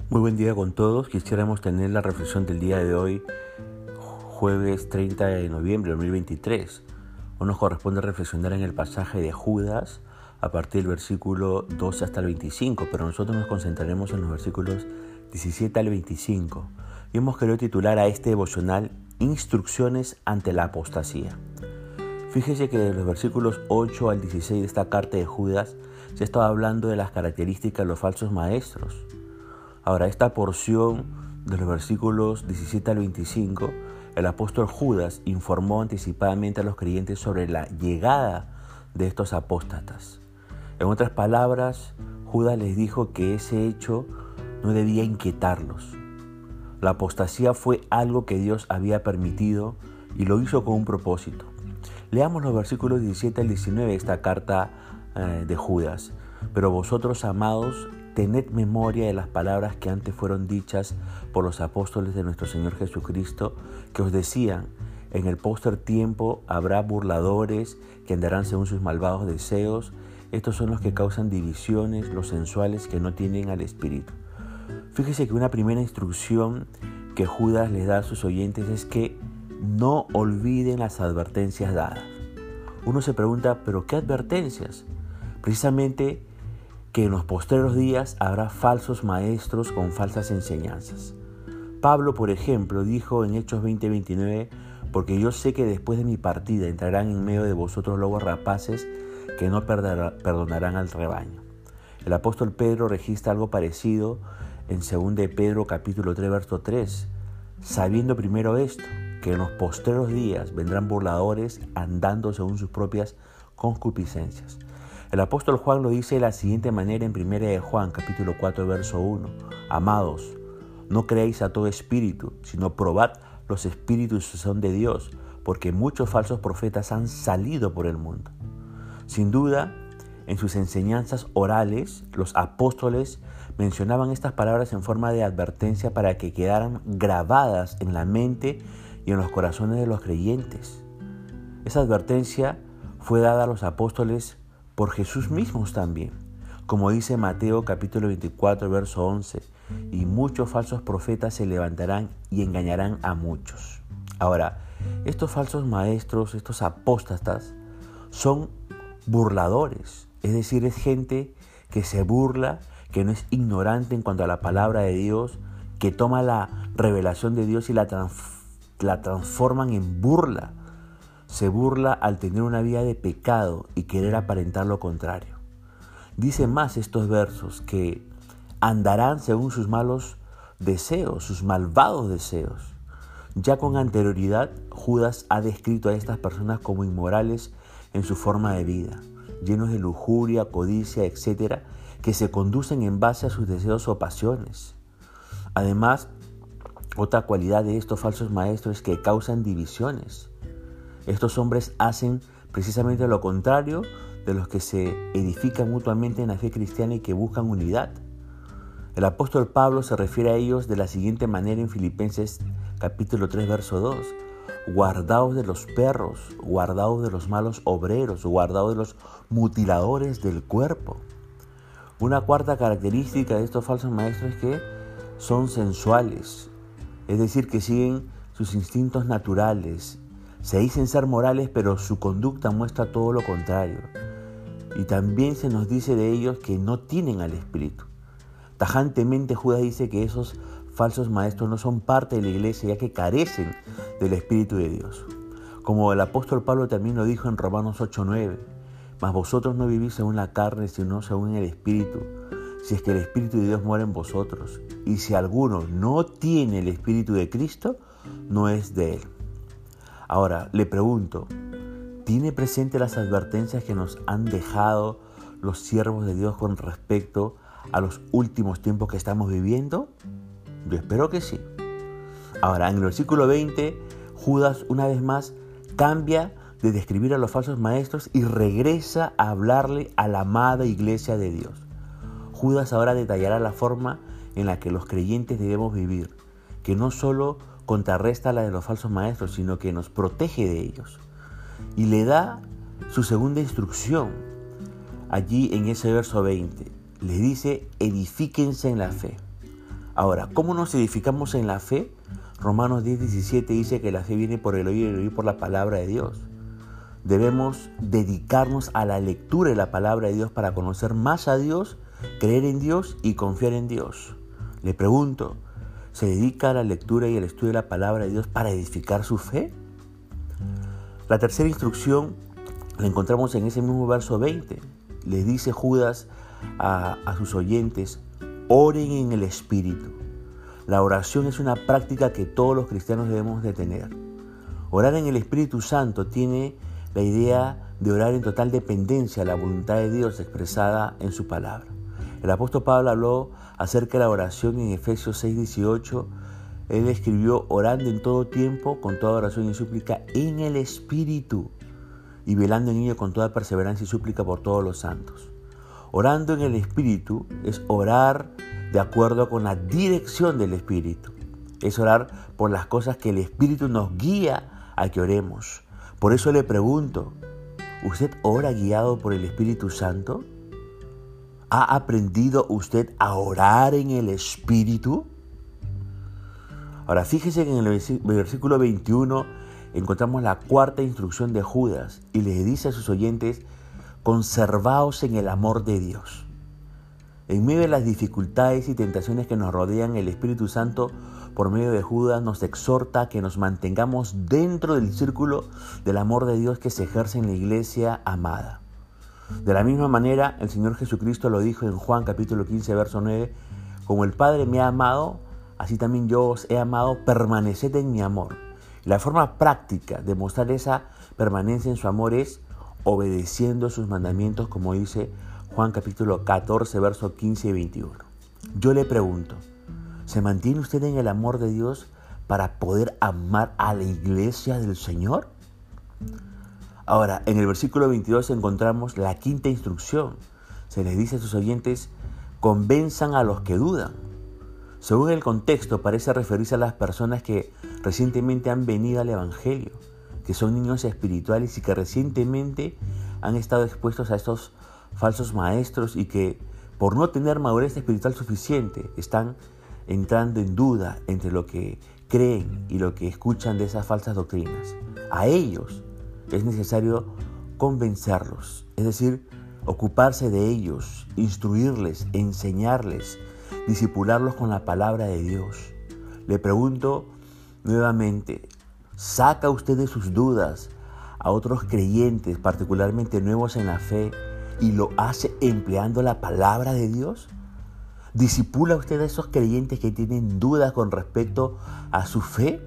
Muy buen día con todos. Quisiéramos tener la reflexión del día de hoy, jueves 30 de noviembre de 2023. Hoy nos corresponde reflexionar en el pasaje de Judas a partir del versículo 12 hasta el 25, pero nosotros nos concentraremos en los versículos 17 al 25. Y hemos querido titular a este devocional Instrucciones ante la apostasía. Fíjese que de los versículos 8 al 16 de esta carta de Judas se estaba hablando de las características de los falsos maestros. Ahora, esta porción de los versículos 17 al 25, el apóstol Judas informó anticipadamente a los creyentes sobre la llegada de estos apóstatas. En otras palabras, Judas les dijo que ese hecho no debía inquietarlos. La apostasía fue algo que Dios había permitido y lo hizo con un propósito. Leamos los versículos 17 al 19 de esta carta de Judas. Pero vosotros, amados, tened memoria de las palabras que antes fueron dichas por los apóstoles de nuestro Señor Jesucristo, que os decían: en el póster tiempo habrá burladores que andarán según sus malvados deseos. Estos son los que causan divisiones, los sensuales que no tienen al Espíritu. Fíjese que una primera instrucción que Judas les da a sus oyentes es que no olviden las advertencias dadas. Uno se pregunta, ¿pero qué advertencias? Precisamente que en los postreros días habrá falsos maestros con falsas enseñanzas. Pablo, por ejemplo, dijo en Hechos 20:29, porque yo sé que después de mi partida entrarán en medio de vosotros lobos rapaces que no perdonarán al rebaño. El apóstol Pedro registra algo parecido en 2 de Pedro capítulo 3, verso 3, sabiendo primero esto, que en los postreros días vendrán burladores andando según sus propias concupiscencias. El apóstol Juan lo dice de la siguiente manera en 1 de Juan, capítulo 4, verso 1. Amados, no creáis a todo espíritu, sino probad los espíritus que son de Dios, porque muchos falsos profetas han salido por el mundo. Sin duda, en sus enseñanzas orales, los apóstoles mencionaban estas palabras en forma de advertencia para que quedaran grabadas en la mente y en los corazones de los creyentes. Esa advertencia fue dada a los apóstoles por Jesús mismos también, como dice Mateo capítulo 24, verso 11, y muchos falsos profetas se levantarán y engañarán a muchos. Ahora, estos falsos maestros, estos apóstatas, son burladores, es decir, es gente que se burla, que no es ignorante en cuanto a la palabra de Dios, que toma la revelación de Dios y la transforman en burla. Se burla al tener una vida de pecado y querer aparentar lo contrario. Dice más estos versos que andarán según sus malos deseos, sus malvados deseos. Ya con anterioridad, Judas ha descrito a estas personas como inmorales en su forma de vida, llenos de lujuria, codicia, etc., que se conducen en base a sus deseos o pasiones. Además, otra cualidad de estos falsos maestros es que causan divisiones. Estos hombres hacen precisamente lo contrario de los que se edifican mutuamente en la fe cristiana y que buscan unidad. El apóstol Pablo se refiere a ellos de la siguiente manera en Filipenses capítulo 3, verso 2. Guardaos de los perros, guardaos de los malos obreros, guardaos de los mutiladores del cuerpo. Una cuarta característica de estos falsos maestros es que son sensuales, es decir, que siguen sus instintos naturales. Se dicen ser morales, pero su conducta muestra todo lo contrario. Y también se nos dice de ellos que no tienen al Espíritu. Tajantemente Judas dice que esos falsos maestros no son parte de la iglesia, ya que carecen del Espíritu de Dios. Como el apóstol Pablo también lo dijo en Romanos 8:9, mas vosotros no vivís según la carne, sino según el Espíritu, si es que el Espíritu de Dios mora en vosotros. Y si alguno no tiene el Espíritu de Cristo, no es de él. Ahora, le pregunto, ¿tiene presente las advertencias que nos han dejado los siervos de Dios con respecto a los últimos tiempos que estamos viviendo? Yo espero que sí. Ahora, en el versículo 20, Judas una vez más cambia de describir a los falsos maestros y regresa a hablarle a la amada iglesia de Dios. Judas ahora detallará la forma en la que los creyentes debemos vivir, que no solo contrarresta la de los falsos maestros, sino que nos protege de ellos. Y le da su segunda instrucción. Allí en ese verso 20, les dice: edifíquense en la fe. Ahora, ¿cómo nos edificamos en la fe? Romanos 10:17 dice que la fe viene por el oír y el oír por la palabra de Dios. Debemos dedicarnos a la lectura de la palabra de Dios para conocer más a Dios, creer en Dios y confiar en Dios. Le pregunto, ¿se dedica a la lectura y al estudio de la palabra de Dios para edificar su fe? La tercera instrucción la encontramos en ese mismo verso 20. Le dice Judas a sus oyentes, oren en el Espíritu. La oración es una práctica que todos los cristianos debemos de tener. Orar en el Espíritu Santo tiene la idea de orar en total dependencia a la voluntad de Dios expresada en su palabra. El apóstol Pablo habló acerca de la oración en Efesios 6:18. Él escribió, orando en todo tiempo, con toda oración y súplica en el Espíritu, y velando en ello con toda perseverancia y súplica por todos los santos. Orando en el Espíritu es orar de acuerdo con la dirección del Espíritu. Es orar por las cosas que el Espíritu nos guía a que oremos. Por eso le pregunto, ¿usted ora guiado por el Espíritu Santo? ¿Ha aprendido usted a orar en el Espíritu? Ahora, fíjese que en el versículo 21 encontramos la cuarta instrucción de Judas y le dice a sus oyentes, conservaos en el amor de Dios. En medio de las dificultades y tentaciones que nos rodean, el Espíritu Santo, por medio de Judas, nos exhorta a que nos mantengamos dentro del círculo del amor de Dios que se ejerce en la iglesia amada. De la misma manera, el Señor Jesucristo lo dijo en Juan capítulo 15, verso 9, como el Padre me ha amado, así también yo os he amado, permaneced en mi amor. Y la forma práctica de mostrar esa permanencia en su amor es obedeciendo sus mandamientos, como dice Juan capítulo 14, versos 15 y 21. Yo le pregunto, ¿se mantiene usted en el amor de Dios para poder amar a la iglesia del Señor? Ahora, en el versículo 22 encontramos la quinta instrucción. Se les dice a sus oyentes, convenzan a los que dudan. Según el contexto, parece referirse a las personas que recientemente han venido al Evangelio, que son niños espirituales y que recientemente han estado expuestos a estos falsos maestros y que por no tener madurez espiritual suficiente están entrando en duda entre lo que creen y lo que escuchan de esas falsas doctrinas. A ellos es necesario convencerlos, es decir, ocuparse de ellos, instruirles, enseñarles, discipularlos con la palabra de Dios. Le pregunto nuevamente, ¿saca usted de sus dudas a otros creyentes, particularmente nuevos en la fe, y lo hace empleando la palabra de Dios? ¿Discipula usted a esos creyentes que tienen dudas con respecto a su fe?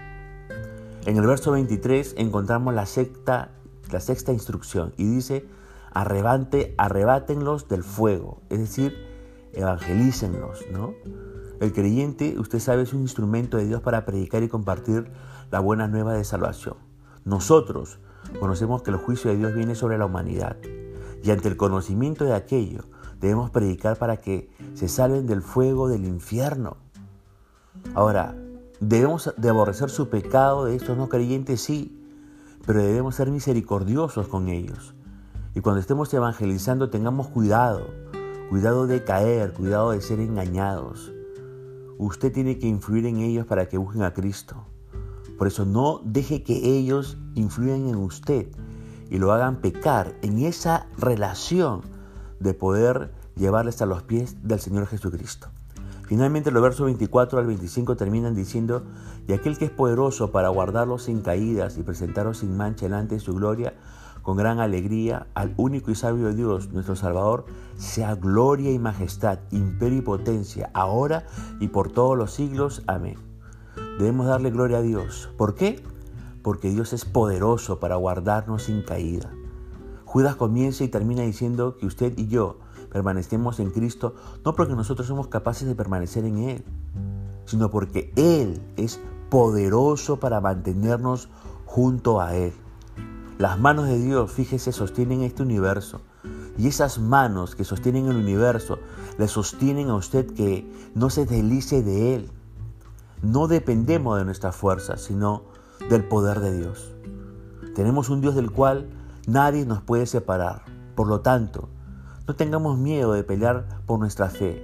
En el verso 23 encontramos la sexta instrucción y dice, arrebátenlos del fuego, es decir, evangelícenlos, ¿no? El creyente, usted sabe, es un instrumento de Dios para predicar y compartir la buena nueva de salvación. Nosotros conocemos que el juicio de Dios viene sobre la humanidad y ante el conocimiento de aquello debemos predicar para que se salven del fuego del infierno. Ahora, ¿debemos de aborrecer su pecado de estos no creyentes? Sí, pero debemos ser misericordiosos con ellos. Y cuando estemos evangelizando tengamos cuidado de caer, cuidado de ser engañados. Usted tiene que influir en ellos para que busquen a Cristo. Por eso no deje que ellos influyan en usted y lo hagan pecar en esa relación de poder llevarles a los pies del Señor Jesucristo. Finalmente los versos 24 al 25 terminan diciendo, y aquel que es poderoso para guardarlos sin caídas y presentaros sin mancha delante de su gloria, con gran alegría, al único y sabio Dios, nuestro Salvador, sea gloria y majestad, imperio y potencia, ahora y por todos los siglos. Amén. Debemos darle gloria a Dios. ¿Por qué? Porque Dios es poderoso para guardarnos sin caída. Judas comienza y termina diciendo que usted y yo permanecemos en Cristo, no porque nosotros somos capaces de permanecer en Él, sino porque Él es poderoso para mantenernos junto a Él. Las manos de Dios, fíjese, sostienen este universo. Y esas manos que sostienen el universo, le sostienen a usted que no se deslice de Él. No dependemos de nuestra fuerza, sino del poder de Dios. Tenemos un Dios del cual nadie nos puede separar. Por lo tanto, no tengamos miedo de pelear por nuestra fe.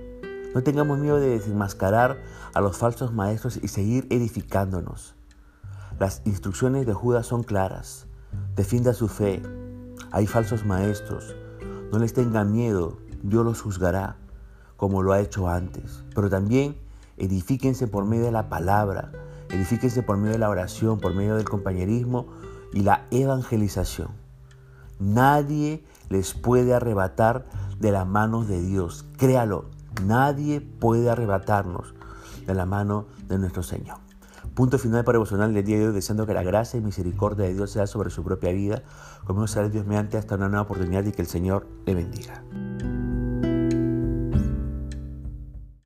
No tengamos miedo de desenmascarar a los falsos maestros y seguir edificándonos. Las instrucciones de Judas son claras. Defienda su fe. Hay falsos maestros. No les tengan miedo. Dios los juzgará, como lo ha hecho antes. Pero también edifíquense por medio de la palabra. Edifíquense por medio de la oración, por medio del compañerismo y la evangelización. Nadie les puede arrebatar de la mano de Dios. Créalo, nadie puede arrebatarnos de la mano de nuestro Señor. Punto final para devocional del día de hoy, deseando que la gracia y misericordia de Dios sea sobre su propia vida. Conmigo será Dios mediante hasta una nueva oportunidad y que el Señor le bendiga.